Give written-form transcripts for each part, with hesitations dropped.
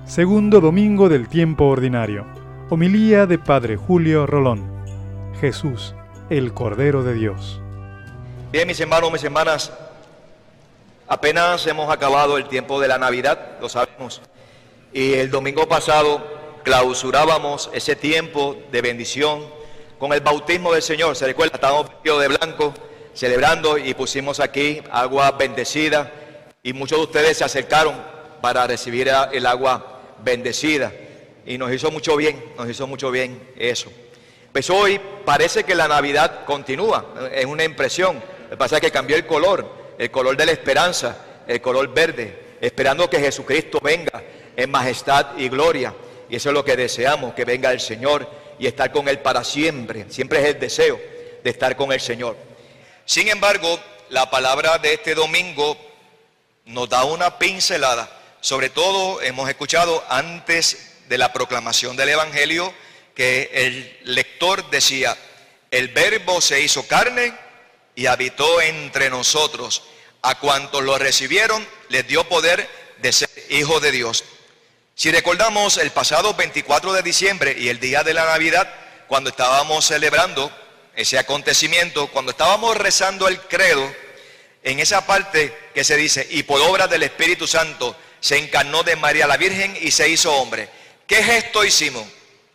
Segundo domingo del tiempo ordinario. Homilía de Padre Julio Rolón. Jesús, el Cordero de Dios. Bien, mis hermanos, mis hermanas, apenas hemos acabado el tiempo de la Navidad, lo sabemos. Y el domingo pasado clausurábamos ese tiempo de bendición con el bautismo del Señor. ¿Se recuerda? Estábamos vestidos de blanco, celebrando, y pusimos aquí agua bendecida. Y muchos de ustedes se acercaron para recibir el agua bendecida. Y nos hizo mucho bien eso. Pues hoy parece que la Navidad continúa, es una impresión. Lo que pasa es que cambió el color de la esperanza, el color verde, esperando que Jesucristo venga en majestad y gloria. Y eso es lo que deseamos, que venga el Señor y estar con Él para siempre. Siempre es el deseo de estar con el Señor. Sin embargo, la palabra de este domingo nos da una pincelada. Sobre todo hemos escuchado antes de la proclamación del Evangelio que el lector decía: el Verbo se hizo carne y habitó entre nosotros. A cuantos lo recibieron les dio poder de ser hijos de Dios. Si recordamos el pasado 24 de diciembre y el día de la Navidad, cuando estábamos celebrando ese acontecimiento, cuando estábamos rezando el credo, en esa parte que se dice: y por obra del Espíritu Santo se encarnó de María la Virgen y se hizo hombre. ¿Qué gesto hicimos?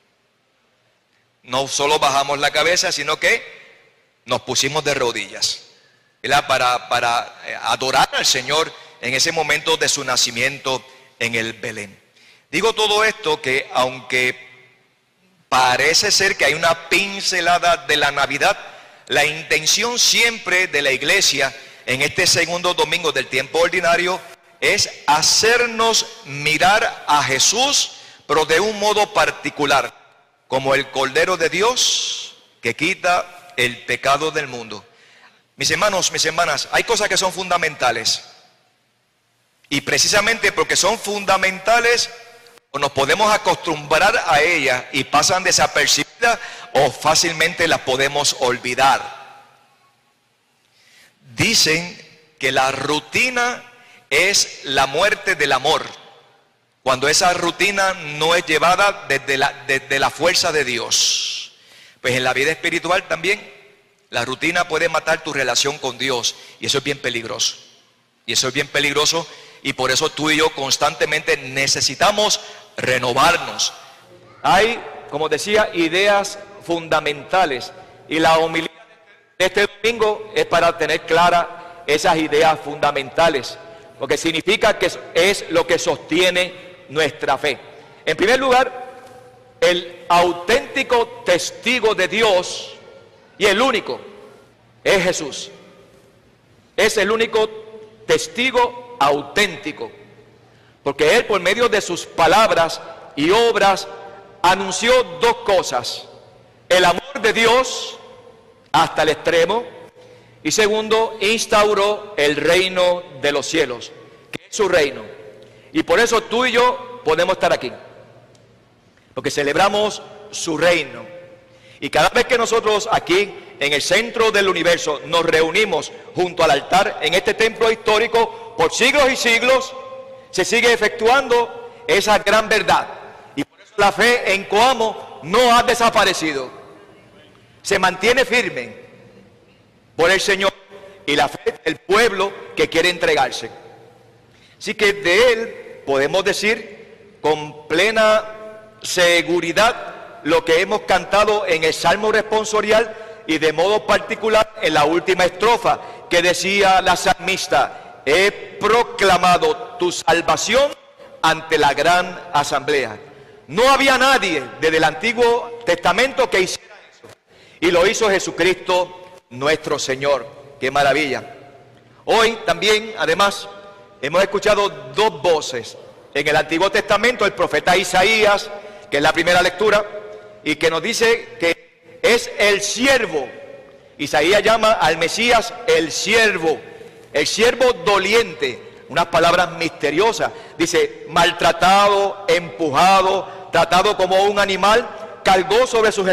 No solo bajamos la cabeza, sino que nos pusimos de rodillas, ¿verdad? Para adorar al Señor en ese momento de su nacimiento en el Belén. Digo todo esto que, aunque parece ser que hay una pincelada de la Navidad, la intención siempre de la iglesia en este segundo domingo del tiempo ordinario es hacernos mirar a Jesús, pero de un modo particular, como el Cordero de Dios que quita el pecado del mundo. Mis hermanos, mis hermanas, hay cosas que son fundamentales. Y precisamente porque son fundamentales, o nos podemos acostumbrar a ellas y pasan desapercibidas, o fácilmente las podemos olvidar. Dicen que la rutina es la muerte del amor, cuando esa rutina no es llevada desde la fuerza de Dios. Pues en la vida espiritual también la rutina puede matar tu relación con Dios, y eso es bien peligroso. Y por eso tú y yo constantemente necesitamos renovarnos. Hay, como decía, ideas fundamentales, y la homilía de este domingo es para tener claras esas ideas fundamentales, porque significa que es lo que sostiene nuestra fe. En primer lugar, el auténtico testigo de Dios, y el único, es Jesús. Es el único testigo auténtico, porque Él, por medio de sus palabras y obras, anunció dos cosas: el amor de Dios hasta el extremo, y segundo, instauró el reino de los cielos, que es su reino. Y por eso tú y yo podemos estar aquí, porque celebramos su reino. Y cada vez que nosotros aquí, en el centro del universo, nos reunimos junto al altar, en este templo histórico, por siglos y siglos, se sigue efectuando esa gran verdad. Y por eso la fe en Coamo no ha desaparecido, se mantiene firme por el Señor y la fe del pueblo que quiere entregarse. Así que de Él podemos decir con plena seguridad lo que hemos cantado en el Salmo responsorial, y de modo particular en la última estrofa, que decía la salmista: he proclamado tu salvación ante la gran asamblea. No había nadie desde el Antiguo Testamento que hiciera eso, y lo hizo Jesucristo nuestro Señor. ¡Qué maravilla! Hoy también, además, hemos escuchado dos voces. En el Antiguo Testamento, el profeta Isaías, que es la primera lectura, y que nos dice que es el siervo. Isaías llama al Mesías el siervo doliente, unas palabras misteriosas. Dice: maltratado, empujado, tratado como un animal, cargó sobre sus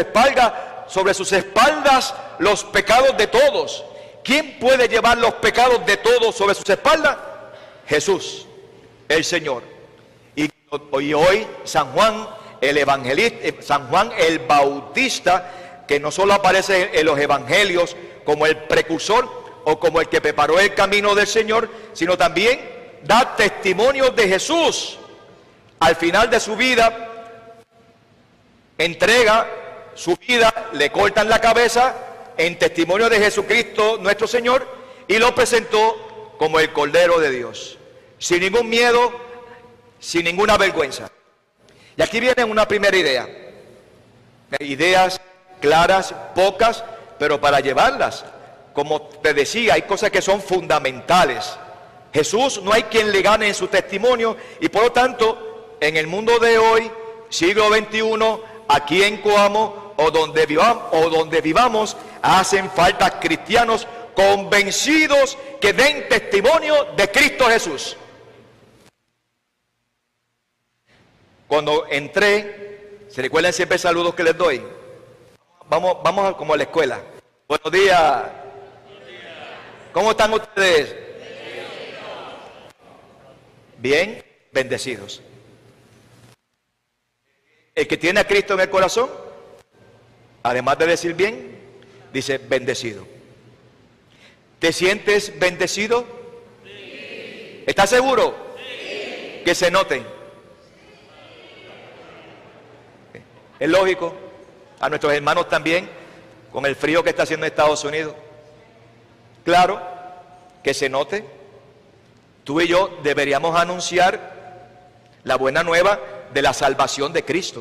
espaldas los pecados de todos. ¿Quién puede llevar los pecados de todos sobre sus espaldas? Jesús, el Señor. Y Y hoy San Juan el evangelista, San Juan el Bautista, que no solo aparece en los evangelios como el precursor o como el que preparó el camino del Señor, sino también da testimonio de Jesús. Al final de su vida, entrega su vida, le cortan la cabeza en testimonio de Jesucristo nuestro Señor, y lo presentó como el Cordero de Dios, sin ningún miedo, sin ninguna vergüenza. Y aquí viene una primera idea. Ideas claras, pocas, pero para llevarlas, como te decía, hay cosas que son fundamentales. Jesús no hay quien le gane en su testimonio, y por lo tanto, en el mundo de hoy, siglo XXI, aquí en Coamo o donde vivamos, hacen falta cristianos convencidos que den testimonio de Cristo Jesús. Cuando entré, ¿se recuerdan siempre saludos que les doy? Vamos como a la escuela. Buenos días. ¿Cómo están ustedes? Bien, bendecidos. El que tiene a Cristo en el corazón, además de decir bien, dice bendecido. ¿Te sientes bendecido? Sí. ¿Estás seguro? Sí. Que se note. Es lógico, a nuestros hermanos también, con el frío que está haciendo en Estados Unidos. Claro, que se note. Tú y yo deberíamos anunciar la buena nueva de la salvación de Cristo.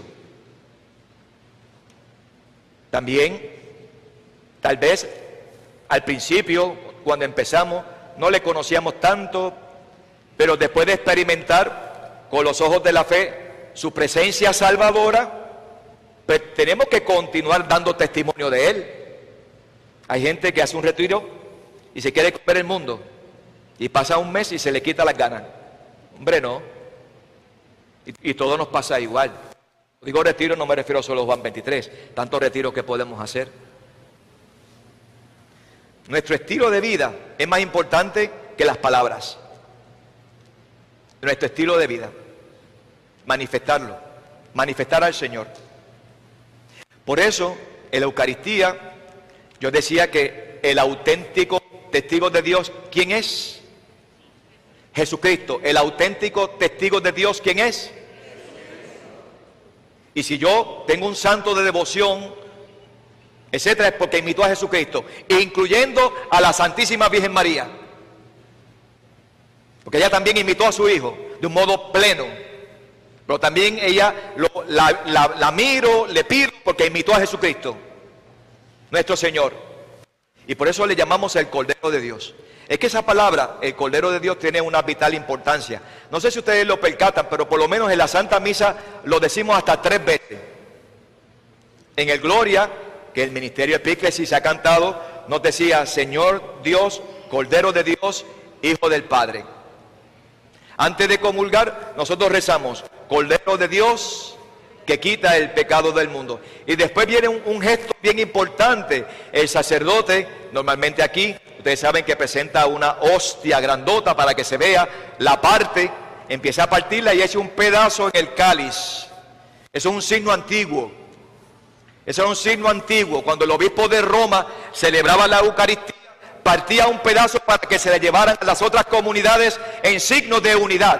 También, tal vez, al principio, cuando empezamos, no le conocíamos tanto, pero después de experimentar con los ojos de la fe su presencia salvadora, pues tenemos que continuar dando testimonio de Él. Hay gente que hace un retiro y se quiere comer el mundo, y pasa un mes y se le quita las ganas. Hombre, no. Y todo nos pasa igual. Digo retiro, no me refiero solo a Juan 23, tantos retiros que podemos hacer. Nuestro estilo de vida es más importante que las palabras. Nuestro estilo de vida, manifestarlo, manifestar al Señor. Por eso, en la Eucaristía, yo decía que el auténtico testigo de Dios, ¿quién es? Jesucristo. El auténtico testigo de Dios, ¿quién es? Y si yo tengo un santo de devoción, etcétera, es porque imitó a Jesucristo, incluyendo a la Santísima Virgen María, porque ella también imitó a su Hijo de un modo pleno. Pero también ella la miro, le pido, porque imitó a Jesucristo, nuestro Señor. Y por eso le llamamos el Cordero de Dios. Es que esa palabra, el Cordero de Dios, tiene una vital importancia. No sé si ustedes lo percatan, pero por lo menos en la Santa Misa lo decimos hasta 3 veces. En el Gloria, que el ministerio Epíclesis se ha cantado, nos decía: Señor Dios, Cordero de Dios, Hijo del Padre. Antes de comulgar, nosotros rezamos: Cordero de Dios, que quita el pecado del mundo. Y después viene un gesto bien importante. El sacerdote, normalmente aquí, ustedes saben que presenta una hostia grandota para que se vea la parte, empieza a partirla y echa un pedazo en el cáliz. Eso es un signo antiguo. Eso es un signo antiguo. Cuando el obispo de Roma celebraba la Eucaristía, partía un pedazo para que se le llevaran a las otras comunidades en signo de unidad.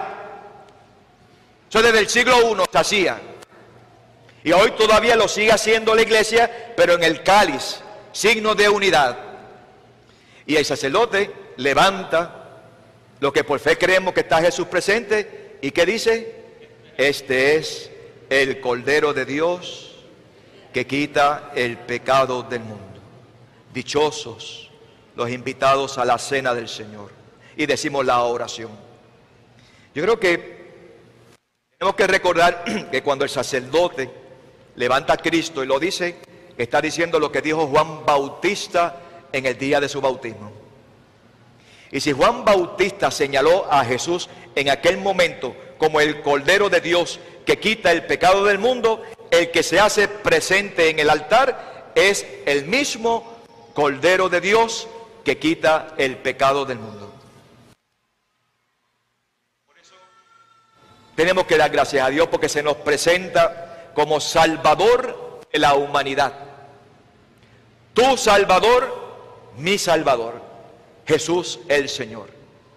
Eso desde el siglo I se hacía. Y hoy todavía lo sigue haciendo la iglesia, pero en el cáliz, signo de unidad. Y el sacerdote levanta lo que por fe creemos que está Jesús presente. ¿Y qué dice? Este es el Cordero de Dios que quita el pecado del mundo. Dichosos los invitados a la cena del Señor. Y decimos la oración. Yo creo que tenemos que recordar que cuando el sacerdote levanta a Cristo y lo dice, está diciendo lo que dijo Juan Bautista en el día de su bautismo. Y si Juan Bautista señaló a Jesús en aquel momento como el Cordero de Dios que quita el pecado del mundo, el que se hace presente en el altar es el mismo Cordero de Dios que quita el pecado del mundo. Por eso Tenemos que dar gracias a Dios porque se nos presenta como Salvador de la humanidad. Tu Salvador, mi Salvador, Jesús el Señor.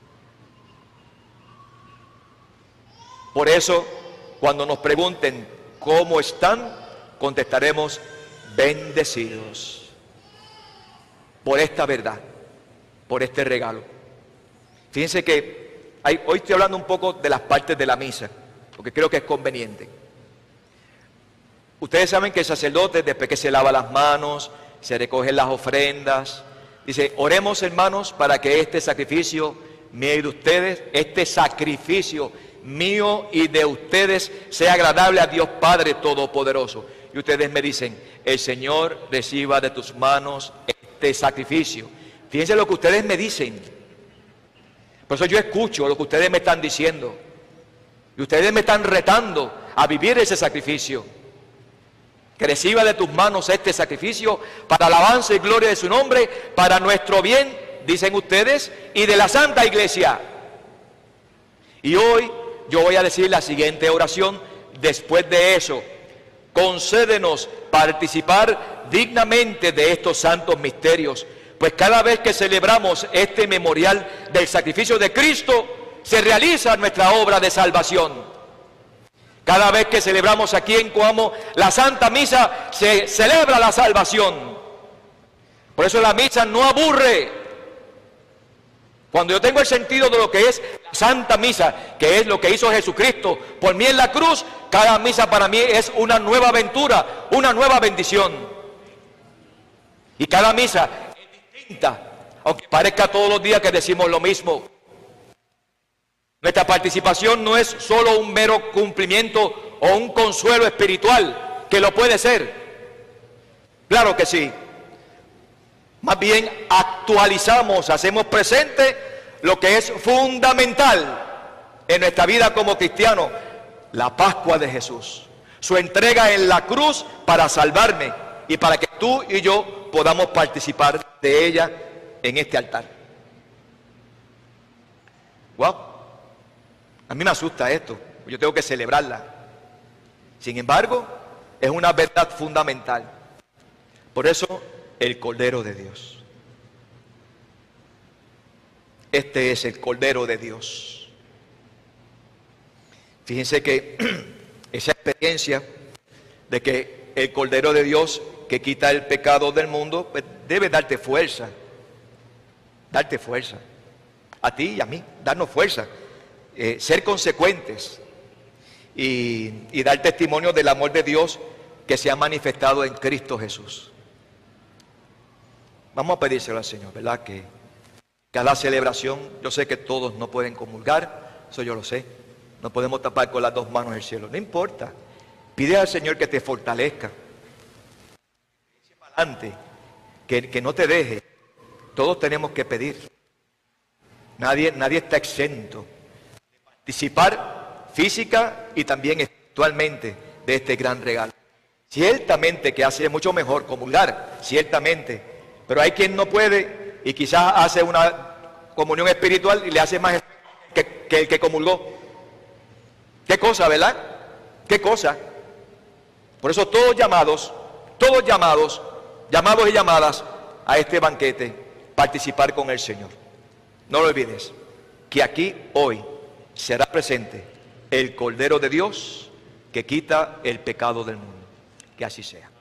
Por eso, cuando nos pregunten cómo están, contestaremos: bendecidos por esta verdad, por este regalo. Fíjense que hoy estoy hablando un poco de las partes de la misa, porque creo que es conveniente. Ustedes saben que el sacerdote, después que se lava las manos, se recogen las ofrendas, dice: oremos, hermanos, para que este sacrificio mío y de ustedes, este sacrificio mío y de ustedes sea agradable a Dios Padre Todopoderoso. Y ustedes me dicen: el Señor reciba de tus manos este sacrificio. Fíjense lo que ustedes me dicen. Por eso yo escucho lo que ustedes me están diciendo. Y ustedes me están retando a vivir ese sacrificio. Que reciba de tus manos este sacrificio para alabanza y gloria de su nombre, para nuestro bien, dicen ustedes, y de la Santa Iglesia. Y hoy yo voy a decir la siguiente oración después de eso: concédenos participar dignamente de estos santos misterios, pues cada vez que celebramos este memorial del sacrificio de Cristo, se realiza nuestra obra de salvación. Cada vez que celebramos aquí en Coamo la Santa Misa, se celebra la salvación. Por eso la misa no aburre. Cuando yo tengo el sentido de lo que es la Santa Misa, que es lo que hizo Jesucristo por mí en la cruz, cada misa para mí es una nueva aventura, una nueva bendición. Y cada misa es distinta, aunque parezca todos los días que decimos lo mismo. Nuestra participación no es solo un mero cumplimiento o un consuelo espiritual, que lo puede ser. Claro que sí. Más bien actualizamos, hacemos presente lo que es fundamental en nuestra vida como cristianos: la Pascua de Jesús, su entrega en la cruz para salvarme y para que tú y yo podamos participar de ella en este altar. Wow, a mí me asusta esto, yo tengo que celebrarla. Sin embargo, es una verdad fundamental. Por eso, el Cordero de Dios. Este es el Cordero de Dios. Fíjense que esa experiencia de que el Cordero de Dios que quita el pecado del mundo, pues debe darte fuerza. Darte fuerza. A ti y a mí, darnos fuerza. Ser consecuentes y dar testimonio del amor de Dios que se ha manifestado en Cristo Jesús. Vamos a pedírselo al Señor, ¿verdad? Que cada celebración, yo sé que todos no pueden comulgar, eso yo lo sé. No podemos tapar con las dos manos el cielo, no importa. Pide al Señor que te fortalezca, adelante, que no te deje. Todos tenemos que pedir. Nadie está exento de participar física y también espiritualmente de este gran regalo. Ciertamente que hace mucho mejor comulgar, ciertamente. Pero hay quien no puede y quizás hace una comunión espiritual y le hace más que el que comulgó. ¿Qué cosa, verdad? ¿Qué cosa? Por eso todos llamados y llamadas a este banquete, participar con el Señor. No lo olvides, que aquí hoy será presente el Cordero de Dios que quita el pecado del mundo. Que así sea.